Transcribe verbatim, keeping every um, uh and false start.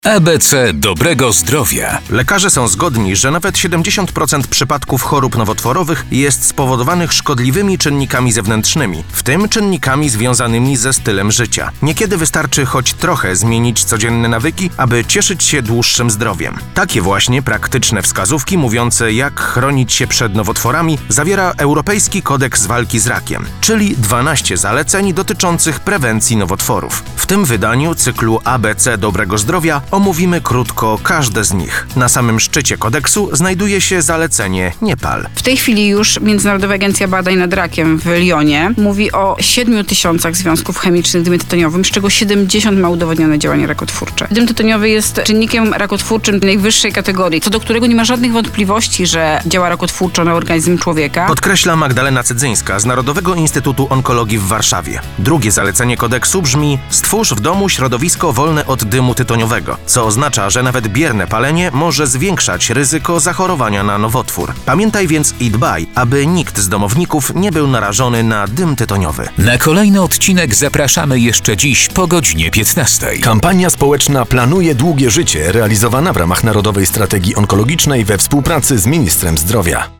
A B C dobrego zdrowia. Lekarze są zgodni, że nawet siedemdziesiąt procent przypadków chorób nowotworowych jest spowodowanych szkodliwymi czynnikami zewnętrznymi, w tym czynnikami związanymi ze stylem życia. Niekiedy wystarczy choć trochę zmienić codzienne nawyki, aby cieszyć się dłuższym zdrowiem. Takie właśnie praktyczne wskazówki mówiące, jak chronić się przed nowotworami, zawiera Europejski Kodeks Walki z Rakiem, czyli dwanaście zaleceń dotyczących prewencji nowotworów. W tym wydaniu cyklu A B C dobrego zdrowia omówimy krótko każde z nich. Na samym szczycie kodeksu znajduje się zalecenie nie pal. W tej chwili już Międzynarodowa Agencja Badań nad Rakiem w Lyonie mówi o siedmiu tysiącach związków chemicznych w dymie tytoniowym, z czego siedemdziesiąt ma udowodnione działanie rakotwórcze. Dym tytoniowy jest czynnikiem rakotwórczym najwyższej kategorii, co do którego nie ma żadnych wątpliwości, że działa rakotwórczo na organizm człowieka. Podkreśla Magdalena Cydzyńska z Narodowego Instytutu Onkologii w Warszawie. Drugie zalecenie kodeksu brzmi: stwórz w domu środowisko wolne od dymu tytoniowego, co oznacza, że nawet bierne palenie może zwiększać ryzyko zachorowania na nowotwór. Pamiętaj więc i dbaj, aby nikt z domowników nie był narażony na dym tytoniowy. Na kolejny odcinek zapraszamy jeszcze dziś po godzinie piętnastej. Kampania społeczna Planuje długie życie, realizowana w ramach Narodowej Strategii Onkologicznej we współpracy z Ministrem Zdrowia.